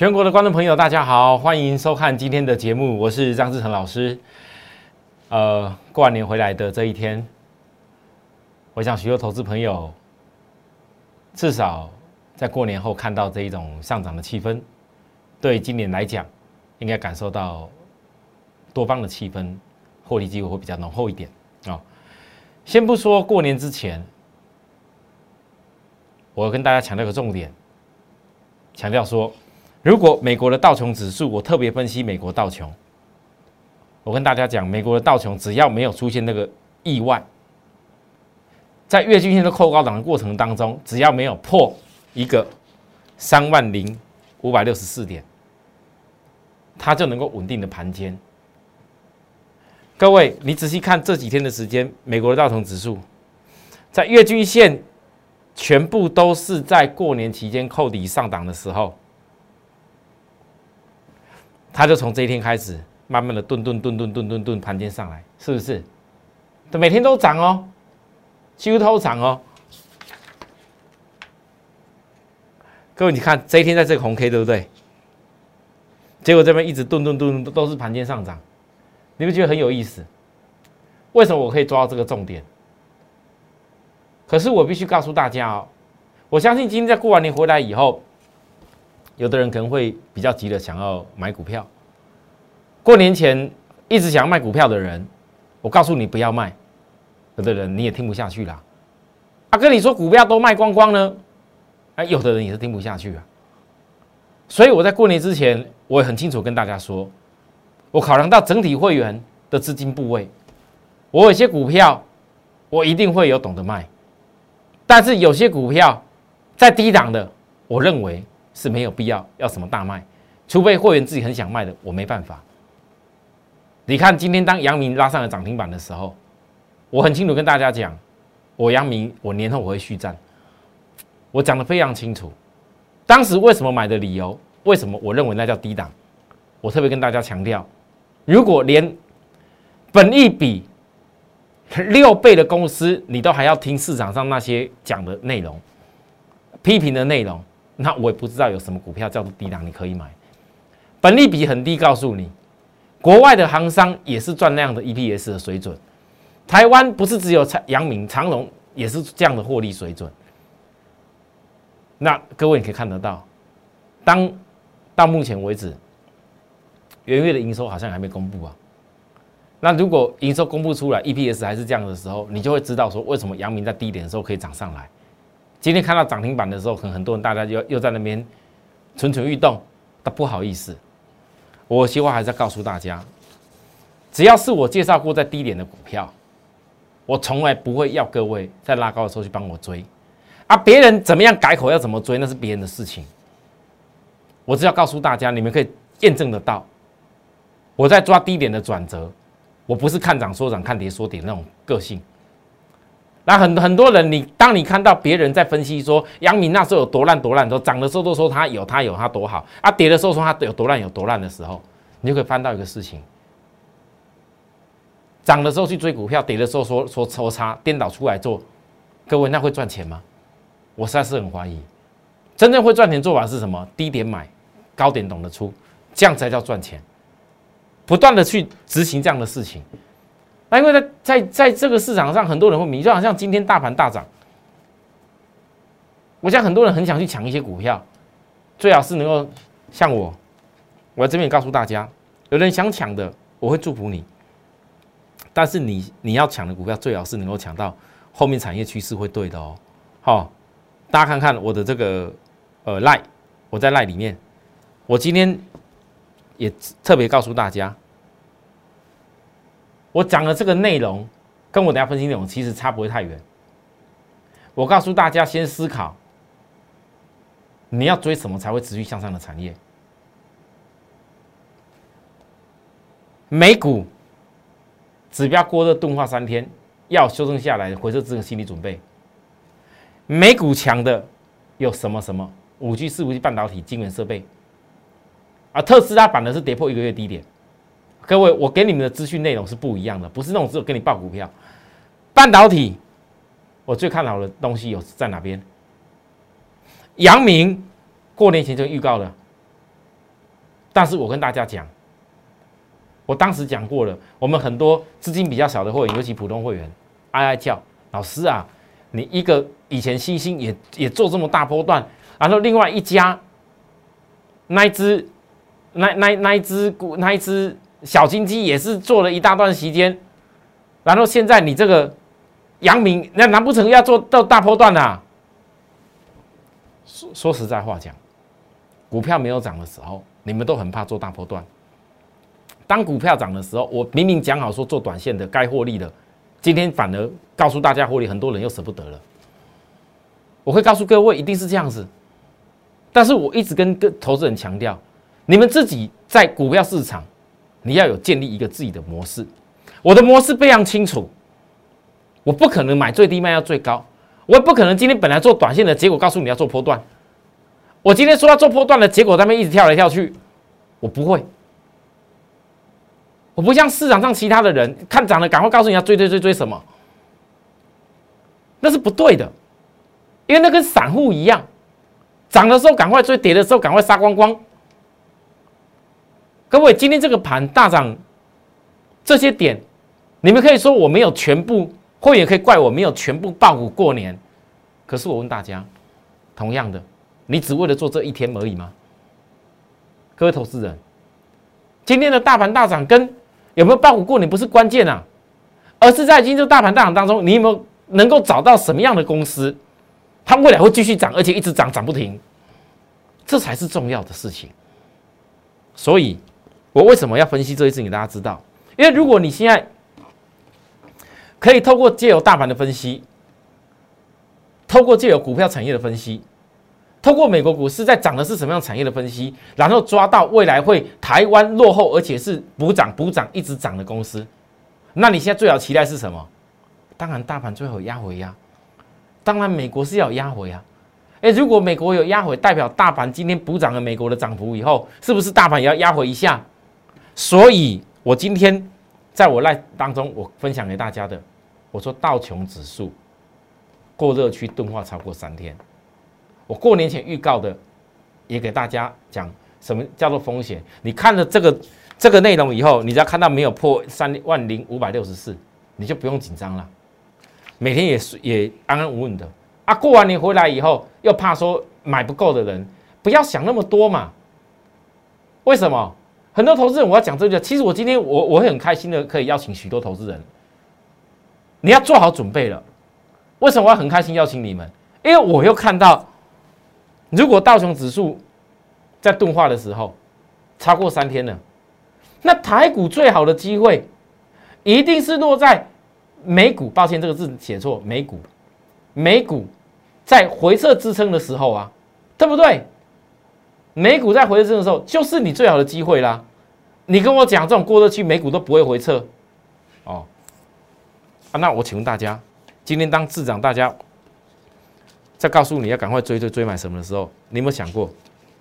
全国的观众朋友，大家好，欢迎收看今天的节目，我是张志成老师。过完年回来的这一天，我想许多投资朋友至少在过年后看到这一种上涨的气氛，对今年来讲，应该感受到多方的气氛，获利机会会比较浓厚一点啊。先不说过年之前，我跟大家强调个重点，强调说，如果美国的道琼指数，我特别分析美国道琼，我跟大家讲，美国的道琼只要没有出现那个意外，在月均线的扣高档的过程当中，只要没有破一个30,564点，它就能够稳定的盘间。各位，你仔细看这几天的时间，美国的道琼指数在月均线全部都是在过年期间扣底上档的时候，它就从这一天开始，慢慢的顿盘间上来，是不是？每天都涨哦，几乎都涨哦。各位，你看这一天在这个红 K 对不对？结果这边一直顿都是盘间上涨，你们觉得很有意思？为什么我可以抓到这个重点？可是我必须告诉大家哦，我相信今天在过完年回来以后，有的人可能会比较急的想要买股票。过年前一直想要卖股票的人，我告诉你不要卖。有的人你也听不下去啦，跟你说股票都卖光光呢，有的人也是听不下去啊。所以我在过年之前，我也很清楚跟大家说，我考量到整体会员的资金部位，我有些股票我一定会有懂得卖，但是有些股票在低档的，我认为是没有必要什么大卖，除非会员自己很想卖的，我没办法。你看今天当阳明拉上了涨停板的时候，我很清楚跟大家讲，我阳明我年后我会续战，我讲得非常清楚。当时为什么买的理由，为什么我认为那叫低档，我特别跟大家强调，如果连本益比6倍的公司，你都还要听市场上那些讲的内容、批评的内容，那我也不知道有什么股票叫做低档，你可以买。本益比很低，告诉你，国外的航商也是赚那样的 EPS 的水准，台湾不是只有阳明、长荣也是这样的获利水准。那各位你可以看得到，到目前为止，元月的营收好像还没公布啊。那如果营收公布出来 ，EPS 还是这样的时候，你就会知道说为什么阳明在低点的时候可以涨上来。今天看到涨停板的时候，可能很多人大家又在那边蠢蠢欲动，但不好意思，我希望还是要告诉大家，只要是我介绍过在低点的股票，我从来不会要各位在拉高的时候去帮我追。别人怎么样改口要怎么追，那是别人的事情。我只要告诉大家，你们可以验证得到，我在抓低点的转折，我不是看涨说涨、看跌说跌的那种个性。那很多人，当你看到别人在分析说阳明那时候有多烂多烂，涨的时候都说它有它多好，跌的时候说它有多烂的时候，你就可以翻到一个事情：涨的时候去追股票，跌的时候说抽差，颠倒出来做，各位那会赚钱吗？我实在是很怀疑。真正会赚钱做法是什么？低点买，高点懂得出，这样才叫赚钱。不断的去执行这样的事情。那因为在这个市场上，很多人会迷，就好像今天大盘大涨，我想很多人很想去抢一些股票，最好是能够像我在这边也告诉大家，有人想抢的，我会祝福你。但是你要抢的股票，最好是能够抢到后面产业趋势会对的哦。好，大家看看我的这个LINE， 我在 LINE 里面，我今天也特别告诉大家，我讲的这个内容跟我等一下分析内容其实差不会太远。我告诉大家，先思考你要追什么才会持续向上的产业。美股指标过热钝化3天，要修正下来，回撤这个心理准备。美股强的有什么5G、4G 半导体、晶圆设备，特斯拉反而是跌破1个月低点。各位，我给你们的资讯内容是不一样的，不是那种只有跟你报股票。半导体，我最看好的东西有在哪边？阳明过年前就预告了， 但是我跟大家讲，我当时讲过了，我们很多资金比较小的会员，尤其普通会员，哀叫老师啊，你一个以前星星也做这么大波段，然后另外一家那一只小金鸡也是做了一大段时间，然后现在你这个阳明，那难不成要做到大波段啊？说实在话讲，股票没有涨的时候，你们都很怕做大波段。当股票涨的时候，我明明讲好说做短线的该获利的，今天反而告诉大家获利，很多人又舍不得了。我会告诉各位，一定是这样子。但是我一直跟投资人强调，你们自己在股票市场，你要有建立一个自己的模式。我的模式非常清楚，我不可能买最低卖到最高，我也不可能今天本来做短线的结果告诉你要做波段。我今天说要做波段的结果，他们一直跳来跳去，我不会。我不像市场上其他的人，看涨了赶快告诉你要追什么，那是不对的，因为那跟散户一样，涨的时候赶快追，跌的时候赶快杀光光。各位，今天这个盘大涨，这些点，你们可以说我没有全部，会员可以怪我没有全部抱股过年，可是我问大家，同样的，你只为了做这一天而已吗？各位投资人，今天的大盘大涨跟有没有抱股过年不是关键啊，而是在今天这大盘大涨当中，你有没有能够找到什么样的公司，它未来会继续涨，而且一直涨涨不停，这才是重要的事情。所以，我为什么要分析这些事情给大家知道？因为如果你现在可以透过借由大盘的分析，透过借由股票产业的分析，透过美国股市在涨的是什么样产业的分析，然后抓到未来会台湾落后而且是补涨一直涨的公司，那你现在最好期待是什么？当然大盘最后有压回呀，当然美国是要有压回啊。如果美国有压回，代表大盘今天补涨了美国的涨幅以后，是不是大盘也要压回一下？所以我今天在我LINE当中，我分享给大家的，我说道琼指数过热区钝化超过3天。我过年前预告的，也给大家讲什么叫做风险。你看了这个内容以后，你只要看到没有破30564，你就不用紧张了。每天也安安稳稳的啊。过完年回来以后，又怕说买不够的人，不要想那么多嘛。为什么？很多投资人我要讲这个，其实我今天我会很开心的，可以邀请许多投资人。你要做好准备了。为什么我要很开心邀请你们？因为我又看到。如果道琼指数在钝化的时候超过3天了，那台股最好的机会一定是落在美股。抱歉，这个字写错，美股在回撤支撑的时候啊，对不对？美股在回撤支撑的时候，就是你最好的机会啦。你跟我讲这种过热区，美股都不会回撤哦。那我请问大家，今天当市场大家在告诉你要赶快追买什么的时候，你有没有想过，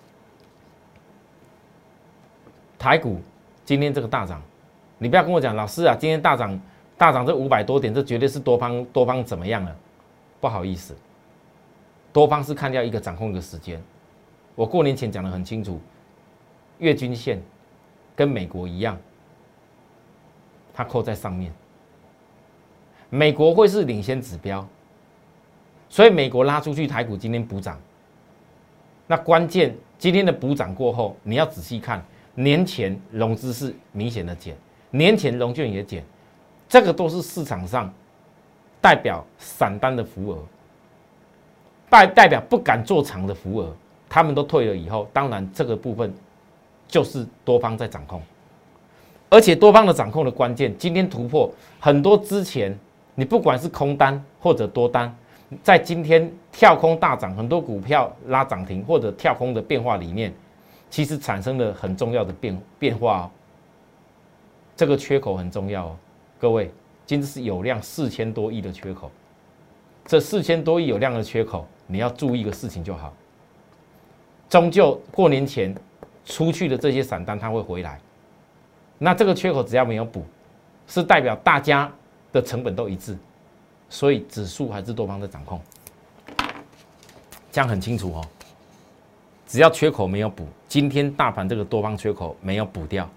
台股今天这个大涨？你不要跟我讲，老师啊，今天大涨这500多点，这绝对是多方怎么样了？不好意思，多方是看掉一个掌控的时间。我过年前讲得很清楚，月均线跟美国一样，它扣在上面，美国会是领先指标。所以美国拉出去，台股今天补涨。那关键今天的补涨过后，你要仔细看，年前融资是明显的减，年前融券也减，这个都是市场上代表散单的浮额，代表不敢做长的浮额，他们都退了以后，当然这个部分就是多方在掌控，而且多方的掌控的关键，今天突破很多之前你不管是空单或者多单。在今天跳空大涨，很多股票拉涨停或者跳空的变化里面，其实产生了很重要的变化哦。这个缺口很重要哦，各位，今天是有量4000多亿的缺口，这4000多亿有量的缺口，你要注意一个事情就好，终究过年前出去的这些散单它会回来，那这个缺口只要没有补，是代表大家的成本都一致。所以指数还是多方在掌控，这样很清楚哦。 只要缺口没有补，今天大盘这个多方缺口没有补掉，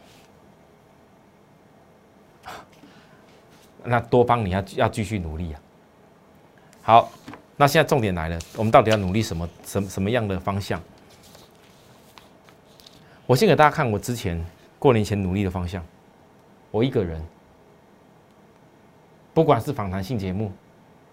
那多方你要继续努力啊。好，那现在重点来了，我们到底要努力什么样的方向？我先给大家看我之前过年前努力的方向。我一个人，不管是访谈性节目，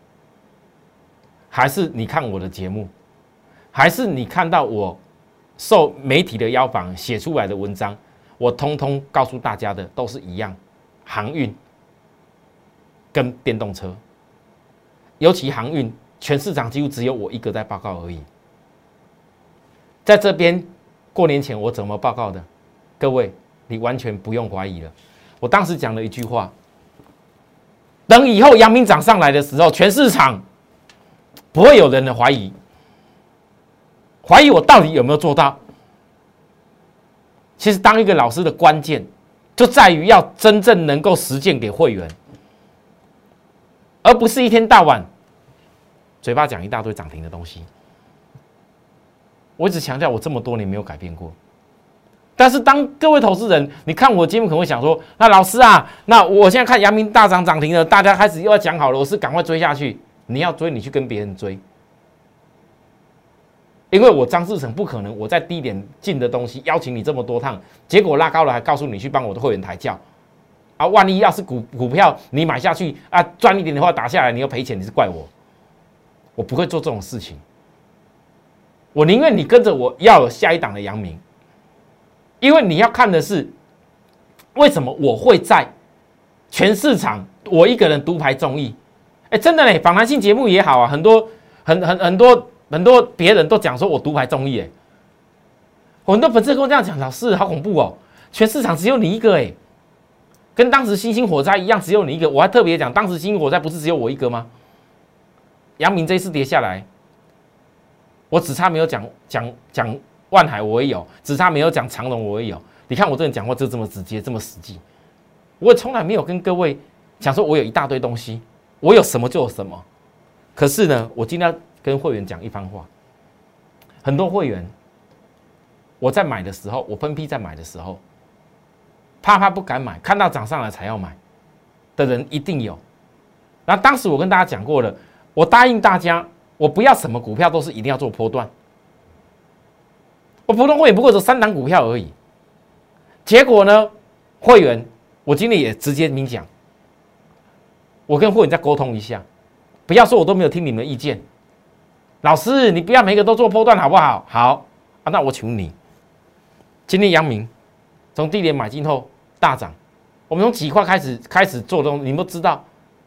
还是你看我的节目，还是你看到我受媒体的邀访写出来的文章，我通通告诉大家的都是一样，航运跟电动车，尤其航运，全市场几乎只有我一个在报告而已。在这边过年前我怎么报告的？各位，你完全不用怀疑了。我当时讲了一句话：等以后阳明涨上来的时候，全市场不会有人的怀疑我到底有没有做到。其实当一个老师的关键就在于要真正能够实践给会员，而不是一天到晚嘴巴讲一大堆涨停的东西。我一直强调，我这么多年没有改变过。但是当各位投资人，你看我节目可能会想说，那老师啊，那我现在看阳明大涨涨停了，大家开始又要讲好了，我是赶快追下去。你要追，你去跟别人追，因为我张志成不可能我在低点进的东西邀请你这么多趟，结果拉高了还告诉你去帮我的会员抬轿啊！万一要是股票你买下去啊赚一点的话打下来，你又赔钱，你是怪我？我不会做这种事情。我宁愿你跟着我要有下一档的阳明，因为你要看的是为什么我会在全市场我一个人独排众议。真的嘞，访谈性节目也好啊，很多别人都讲说我独排众议，很多粉丝跟我这样讲，老师好恐怖哦，全市场只有你一个，跟当时星星火灾一样，只有你一个。我还特别讲，当时星星火灾不是只有我一个吗？阳明这一次跌下来，我只差没有讲万海我也有，只差没有讲长荣我也有。你看我这人讲话就这么直接，这么实际，我从来没有跟各位讲说我有一大堆东西，我有什么就有什么。可是呢，我今天要跟会员讲一番话。很多会员，我在买的时候，我分批在买的时候，怕不敢买，看到涨上来才要买的人一定有。然后当时我跟大家讲过了，我答应大家，我不要什么股票都是一定要做波段。我普通会员不过只3档股票而已。结果呢，会员，我今天也直接明讲，我跟会员再沟通一下，不要说我都没有听你们的意见。老师，你不要每个都做波段好不好？好啊，那我请问你，今天阳明从低点买进后大涨，我们从几块开始做东西，你们都知道。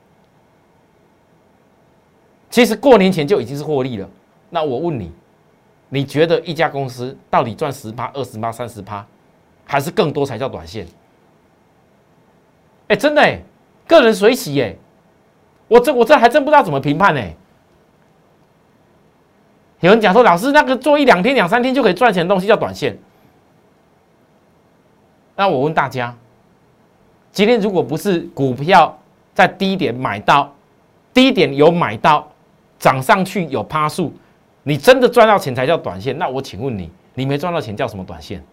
其实过年前就已经是获利了。那我问你，你觉得一家公司到底赚10%、20%、30%，还是更多才叫短线？真的个人随喜我这还真不知道怎么评判有人讲说，老师那个做1、2天、2、3天就可以赚钱的东西叫短线。那我问大家，今天如果不是股票在低点买到，低点有买到，涨上去有趴数，你真的赚到钱才叫短线。那我请问你，你没赚到钱叫什么短线？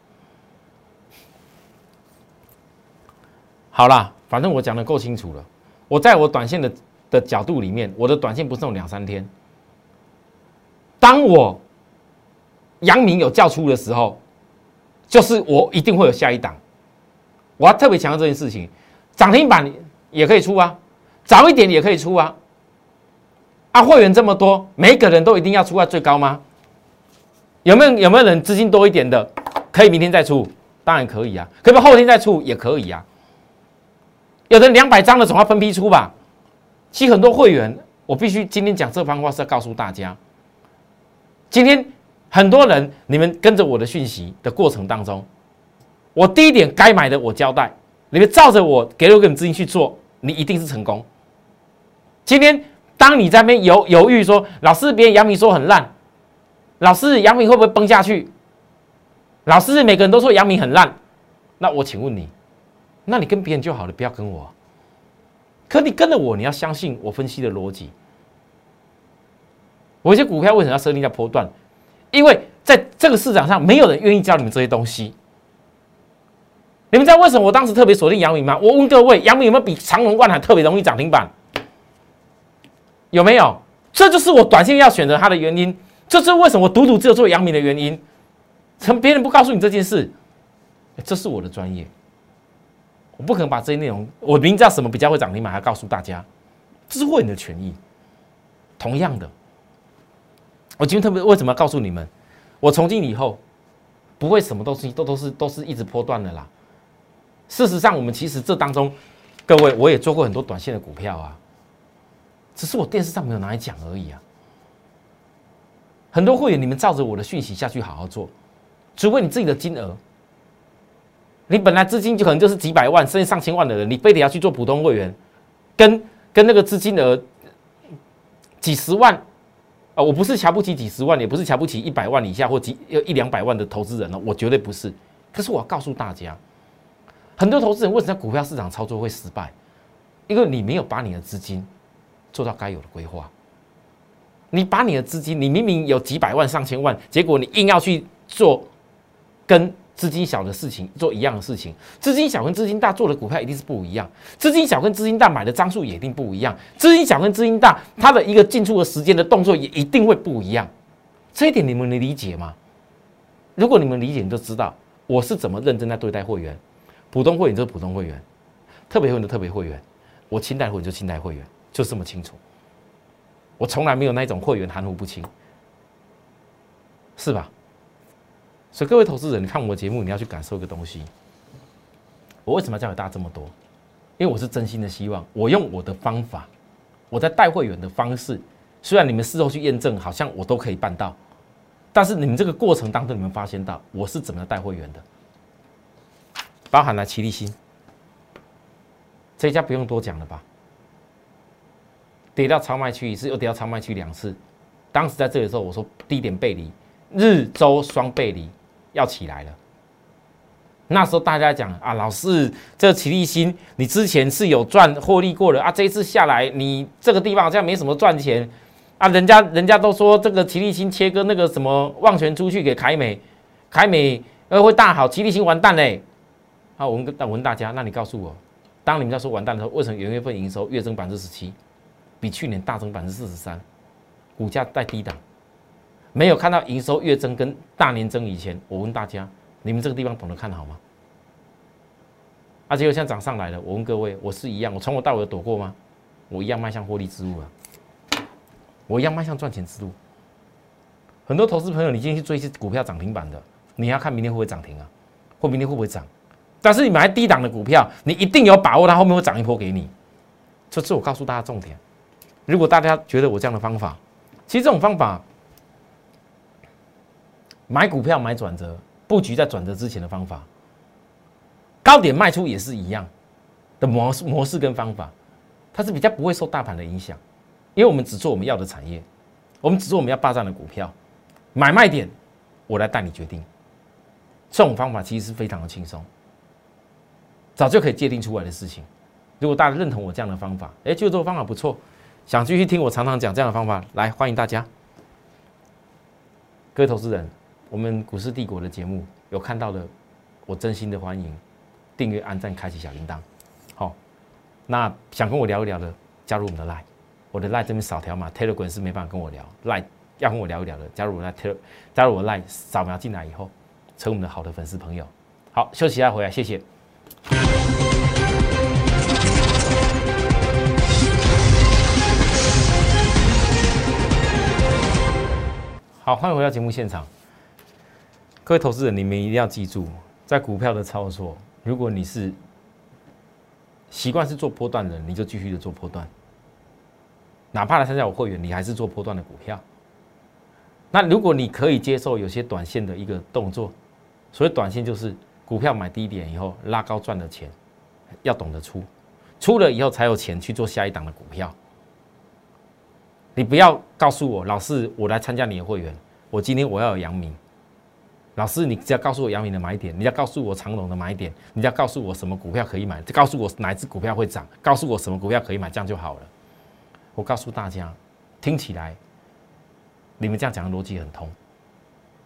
好啦，反正我讲的够清楚了。我在我短线的角度里面，我的短线不是那种2、3天。当我阳明有叫出的时候，就是我一定会有下一档。我要特别强调这件事情，涨停板也可以出啊，早一点也可以出啊。会员这么多，每一个人都一定要出在最高吗？有没有人资金多一点的，可以明天再出？当然可以啊，可不可以后天再出也可以啊。有的200张的总要分批出吧。其实很多会员，我必须今天讲这番话是要告诉大家，今天很多人你们跟着我的讯息的过程当中，我第一点该买的我交代，你们照着我给我你们资金去做，你一定是成功。今天当你在那边犹豫说，老师别人阳明说很烂，老师阳明会不会崩下去？老师每个人都说阳明很烂，那我请问你，那你跟别人就好了，不要跟我。可你跟了我，你要相信我分析的逻辑。我一些股票为什么要设定在波段？因为在这个市场上，没有人愿意教你们这些东西。你们知道为什么我当时特别锁定阳明吗？我问各位，阳明有没有比长荣、万海特别容易涨停板？有没有？这就是我短线要选择它的原因。这是为什么我独独只有做阳明的原因。别人不告诉你这件事，这是我的专业，我不可能把这些内容，我明知道什么比较会涨停板，还告诉大家，这是会员的权益。同样的，我今天特别为什么要告诉你们？我从今以后不会什么都是一直波段的啦。事实上，我们其实这当中，各位我也做过很多短线的股票啊，只是我电视上没有拿来讲而已啊。很多会员，你们照着我的讯息下去好好做，除非你自己的金额，你本来资金就可能就是几百万甚至上千万的人，你非得要去做普通会员，跟那个资金额几十万。我不是瞧不起几十万，也不是瞧不起100万以下或一两百万的投资人哦，我绝对不是。可是我要告诉大家，很多投资人为什么在股票市场操作会失败？因为你没有把你的资金做到该有的规划。你把你的资金，你明明有几百万、上千万，结果你硬要去做跟资金小的事情做一样的事情。资金小跟资金大做的股票一定是不一样，资金小跟资金大买的张数也一定不一样，资金小跟资金大它的一个进出的时间的动作也一定会不一样。这一点你们能理解吗？如果你们理解，你就知道我是怎么认真在对待会员。普通会员就是普通会员，特别会员的特别会员，我清代会员就清代会员，就这么清楚。我从来没有那种会员含糊不清，是吧？所以各位投资人，你看我的节目，你要去感受一个东西。我为什么要教给大家这么多？因为我是真心的希望，我用我的方法，我在带会员的方式，虽然你们事后去验证，好像我都可以办到，但是你们这个过程当中，你们发现到我是怎么带会员的，包含了奇力新这一家不用多讲了吧？跌到超卖区1次，又跌到超卖区2次。当时在这里的时候，我说低点背离，日周双背离要起来了。那时候大家讲啊，老师，这奇力新你之前是有赚获利过的啊，这一次下来你这个地方好像没什么赚钱啊，人家都说这个奇力新切割那个什么旺权出去给凯美，凯美会大好，奇力新完蛋嘞。啊，我问大家，那你告诉我，当你们在说完蛋的时候，为什么元月份营收月增17%？比去年大增43%，股价在低档，没有看到营收月增跟大年增以前，我问大家，你们这个地方懂得看好吗？结果现在涨上来了，我问各位，我是一样，我从头到尾有躲过吗？我一样迈向获利之路啊，我一样迈向赚钱之路。很多投资朋友，你今天去追一些股票涨停板的，你要看明天会不会涨停啊，或明天会不会涨？但是你买低档的股票，你一定有把握它后面会涨一波给你。这是我告诉大家重点。如果大家觉得我这样的方法，其实这种方法，买股票买转折，布局在转折之前的方法，高点卖出也是一样的模式跟方法，它是比较不会受大盘的影响，因为我们只做我们要的产业，我们只做我们要霸占的股票，买卖点我来带你决定。这种方法其实是非常的轻松，早就可以界定出来的事情。如果大家认同我这样的方法，觉得这个方法不错。想继续听我常常讲这样的方法，来欢迎大家，各位投资人，我们股市帝国的节目有看到的，我真心的欢迎订阅、按赞、开启小铃铛。好，那想跟我聊一聊的，加入我们的 LINE， 我的 LINE 这边扫条码 ，Telegram 是没办法跟我聊 ，LINE 要跟我聊一聊的，加入我的 LINE， 扫描进来以后，成为我们的好的粉丝朋友。好，休息一下回来，谢谢。好，欢迎回到节目现场。各位投资人，你们一定要记住，在股票的操作，如果你是习惯是做波段的人，你就继续的做波段。哪怕来参加我会员，你还是做波段的股票。那如果你可以接受有些短线的一个动作，所谓短线就是股票买低点以后拉高赚的钱，要懂得出，出了以后才有钱去做下一档的股票。你不要告诉我，老师，我来参加你的会员，我今天我要有阳明。老师，你只要告诉我阳明的买点，你要告诉我长荣的买点，你要告诉我什么股票可以买，告诉我哪一只股票会涨，告诉我什么股票可以买，这样就好了。我告诉大家，听起来你们这样讲的逻辑很通，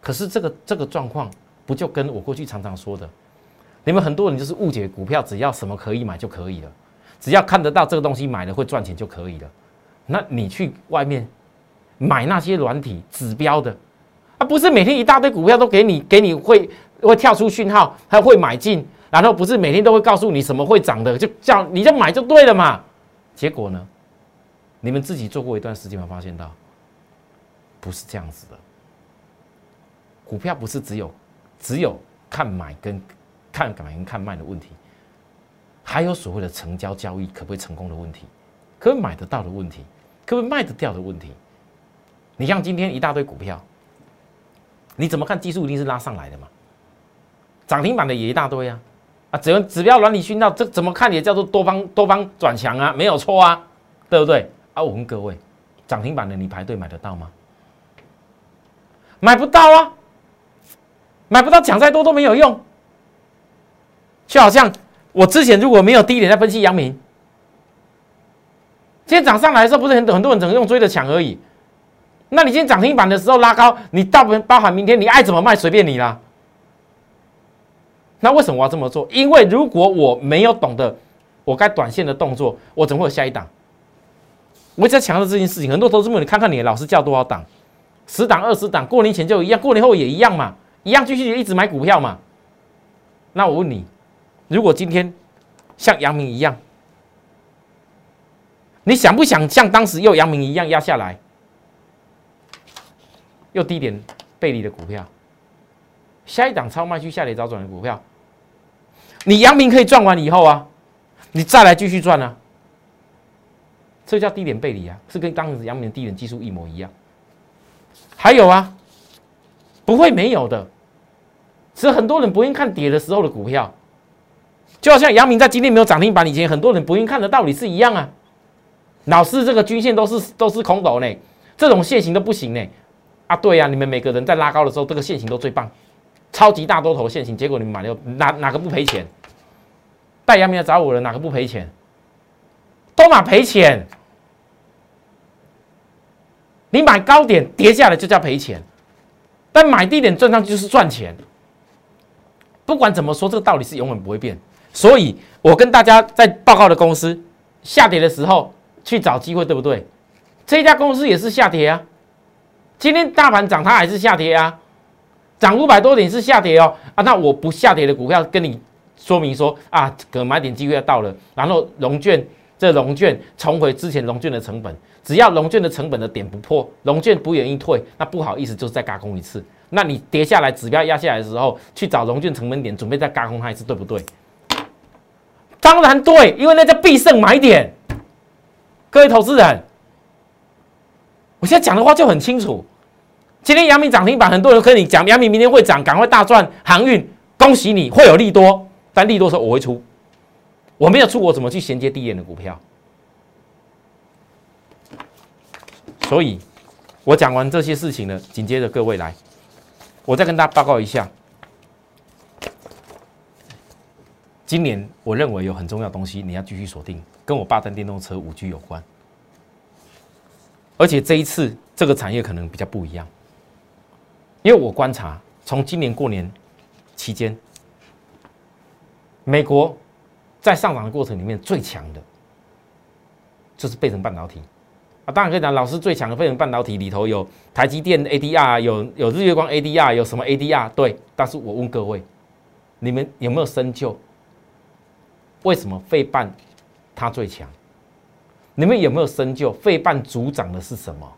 可是这个状况，不就跟我过去常常说的，你们很多人就是误解股票，只要什么可以买就可以了，只要看得到这个东西买了会赚钱就可以了。那你去外面买那些软体指标的，不是每天一大堆股票都给你会跳出讯号，还会买进，然后不是每天都会告诉你什么会涨的，就叫你就买就对了嘛。结果呢，你们自己做过一段时间，有发现到不是这样子的。股票不是只有看买跟看买跟看卖的问题，还有所谓的成交交易可不可以成功的问题，可不可以买得到的问题，可不可以卖得掉的问题。你像今天一大堆股票，你怎么看技术一定是拉上来的嘛？涨停板的也一大堆啊，指标软体讯号，这怎么看也叫做多方转强啊，没有错啊，对不对？我问各位，涨停板的你排队买得到吗？买不到啊，买不到，讲再多都没有用。就好像我之前如果没有低点在分析阳明，今天涨上来的时候，不是很多人只能用追的抢而已。那你今天涨停板的时候拉高，你包含明天你爱怎么卖随便你啦。那为什么我要这么做？因为如果我没有懂得我该短线的动作，我怎么会有下一档？我一直在强调这件事情，很多投资朋友，你看看你的老师叫多少档，10档、20档，过年前就一样，过年后也一样嘛，一样继续一直买股票嘛。那我问你，如果今天像阳明一样，你想不想像当时又阳明一样压下来，又低点背离的股票，下一档超卖区下跌找转的股票，你阳明可以赚完以后啊，你再来继续赚啊，这叫低点背离啊，是跟当时阳明的低点技术一模一样。还有啊，不会没有的，只是很多人不愿意看跌的时候的股票，就好像阳明在今天没有涨停板以前，很多人不愿意看的道理是一样啊。老师，这个均线都是空头呢，这种线型都不行呢。对啊，你们每个人在拉高的时候，这个线型都最棒，超级大多头线型，结果你们买了哪个不赔钱？带阳明来找我的哪个不赔钱？都嘛赔钱。你买高点跌下来就叫赔钱，但买低点赚上去就是赚钱。不管怎么说，这个道理是永远不会变。所以我跟大家在报告的公司下跌的时候去找机会，对不对？这一家公司也是下跌啊，今天大盘涨，它还是下跌啊，涨500多点是下跌哦。那我不下跌的股票跟你说明说可能买点机会要到了，然后融券重回之前融券的成本，只要融券的成本的点不破，融券不愿意退，那不好意思就是再軋空一次。那你跌下来指标压下来的时候，去找融券成本点，准备再軋空它一次，对不对？当然对，因为那叫必胜买点。各位投资人，我现在讲的话就很清楚。今天阳明涨停板，很多人跟你讲阳明明天会涨，赶快大赚航运，恭喜你会有利多，但利多的时候我会出，我没有出，我怎么去衔接低点的股票？所以，我讲完这些事情呢，紧接着各位来，我再跟大家报告一下，今年我认为有很重要的东西你要继续锁定，跟我霸占电动车5G 有关，而且这一次这个产业可能比较不一样，因为我观察从今年过年期间，美国在上涨的过程里面最强的就是倍程半导体。当然可以讲，老师最强的倍程半导体里头有台积电 ADR， 有日月光 ADR， 有什么 ADR？ 对，但是我问各位，你们有没有深究为什么费半它最强？你们有没有深究费半主涨的是什么？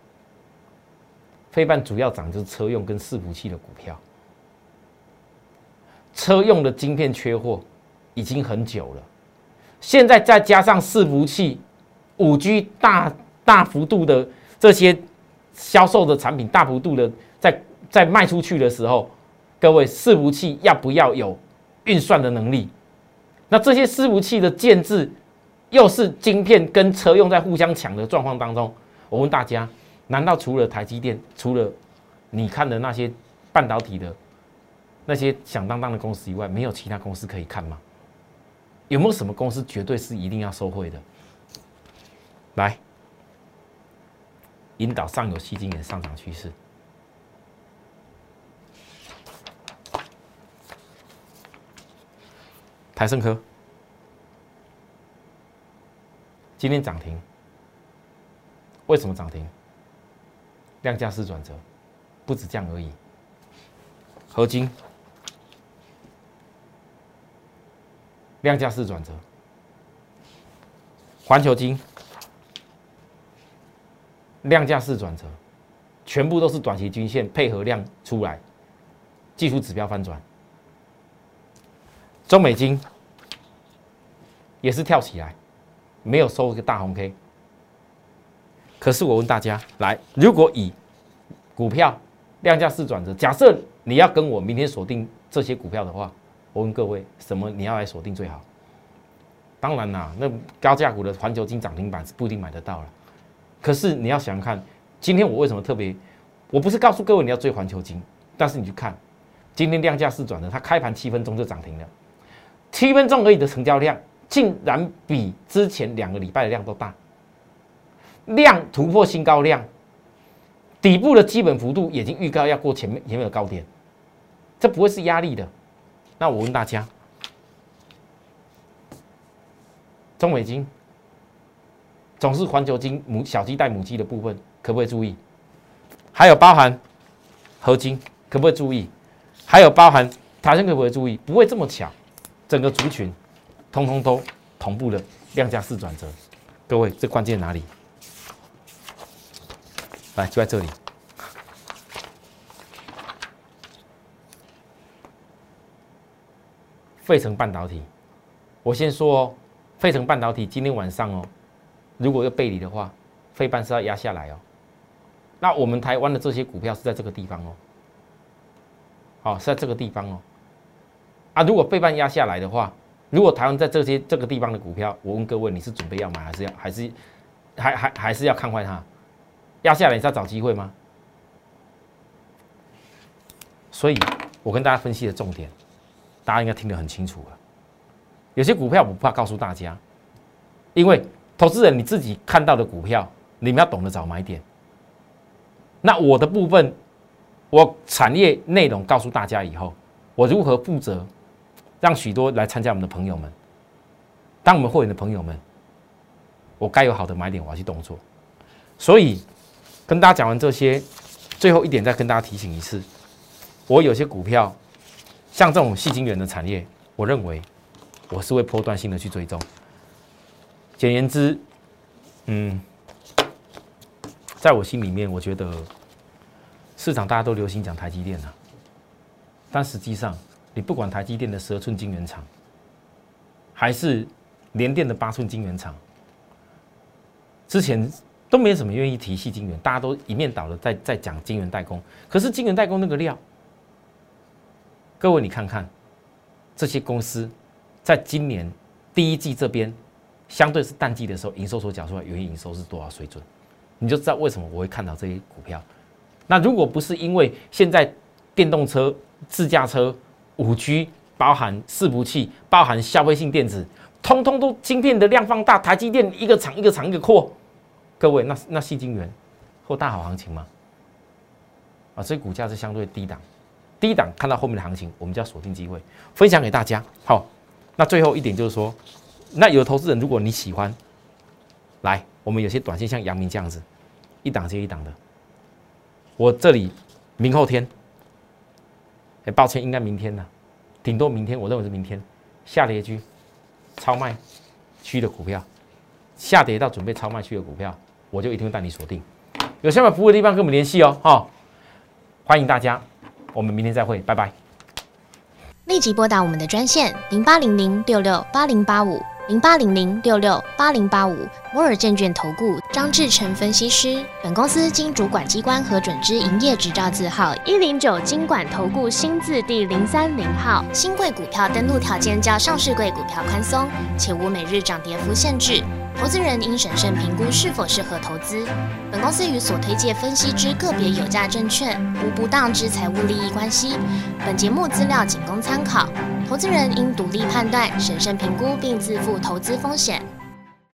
费半主要涨就是车用跟伺服器的股票，车用的晶片缺货已经很久了，现在再加上伺服器5G 大幅度的这些销售的产品大幅度的在卖出去的时候，各位伺服器要不要有运算的能力？那这些伺服器的建制又是晶片跟车用在互相抢的状况当中，我问大家，难道除了台积电，除了你看的那些半导体的那些响当当的公司以外，没有其他公司可以看吗？有没有什么公司绝对是一定要收汇的？来，引导上游矽晶圆上涨趋势。 台盛科今天涨停，为什么涨停？量价式转折，不止这样而已。合金量价式转折，环球金量价式转折，全部都是短期均线配合量出来，技术指标翻转。中美金也是跳起来，没有收一个大红 K。可是我问大家，来，如果以股票量价式转折，假设你要跟我明天锁定这些股票的话，我问各位，什么你要来锁定最好？当然啦，那高价股的环球金涨停板是不一定买得到了。可是你要想想看，今天我为什么特别？我不是告诉各位你要追环球金，但是你去看，今天量价式转折，它开盘7分钟就涨停了，7分钟而已的成交量，竟然比之前2个礼拜的量都大。量突破新高量，底部的基本幅度已经预告要过前面的高点，这不会是压力的。那我问大家，中美金总是环球金小鸡带母鸡的部分，可不可以注意？还有包含合金，可不可以注意？还有包含台盛，可不可以注意？不会这么巧，整个族群通通都同步的量价式转折。各位，这关键哪里？来，就在这里。费城半导体，我先说哦，费城半导体今天晚上哦，如果要背离的话，费半是要压下来哦。那我们台湾的这些股票是在这个地方哦，好，是在这个地方哦。啊，如果费半压下来的话，如果台湾在这个地方的股票，我问各位，你是准备要买，还是要看坏它？压下来你是要找机会吗？所以我跟大家分析的重点，大家应该听得很清楚了。有些股票我不怕告诉大家，因为投资人你自己看到的股票，你们要懂得找买点。那我的部分，我产业内容告诉大家以后，我如何负责，让许多来参加我们的朋友们，当我们会员的朋友们，我该有好的买点，我要去动作。所以跟大家讲完这些，最后一点再跟大家提醒一次，我有些股票，像这种矽晶圆的产业，我认为我是会波段性的去追踪。简言之，在我心里面，我觉得市场大家都流行讲台积电啊，但实际上，你不管台积电的12寸晶圆厂，还是联电的8寸晶圆厂，之前都没什么愿意提矽晶圆，大家都一面倒的在讲晶圆代工。可是晶圆代工那个料，各位你看看，这些公司在今年第一季这边，相对是淡季的时候，营收所讲出来，原营收是多少水准，你就知道为什么我会看到这些股票。那如果不是因为现在电动车、自驾车、5G， 包含伺服器、包含消费性电子，通通都晶片的量放大，台积电一个厂一个厂一个扩，各位那矽晶圆或大好行情吗？啊，所以股价是相对低档，低档看到后面的行情，我们就要锁定机会，分享给大家。好，那最后一点就是说，那有的投资人如果你喜欢，来，我们有些短线像阳明这样子，一档接一档的，我这里明后天，抱歉，应该明天了，顶多明天，我认为是明天下跌区超卖区的股票，下跌到准备超卖区的股票，我就一定会带你锁定。有想买服务的地方跟我们联系哦，欢迎大家，我们明天再会，拜拜。 立即拨打我们的专线08006680850800668085摩尔证券投顾张志成分析师。本公司经主管机关核准之营业执照字号109金管投顾新字第030号。新贵股票登录条件较上市贵股票宽松，且无每日涨跌幅限制。投资人应审慎评估是否适合投资。本公司与所推介分析之个别有价证券无不当之财务利益关系。本节目资料仅供参考，投资人应独立判断、审慎评估并自负投资风险。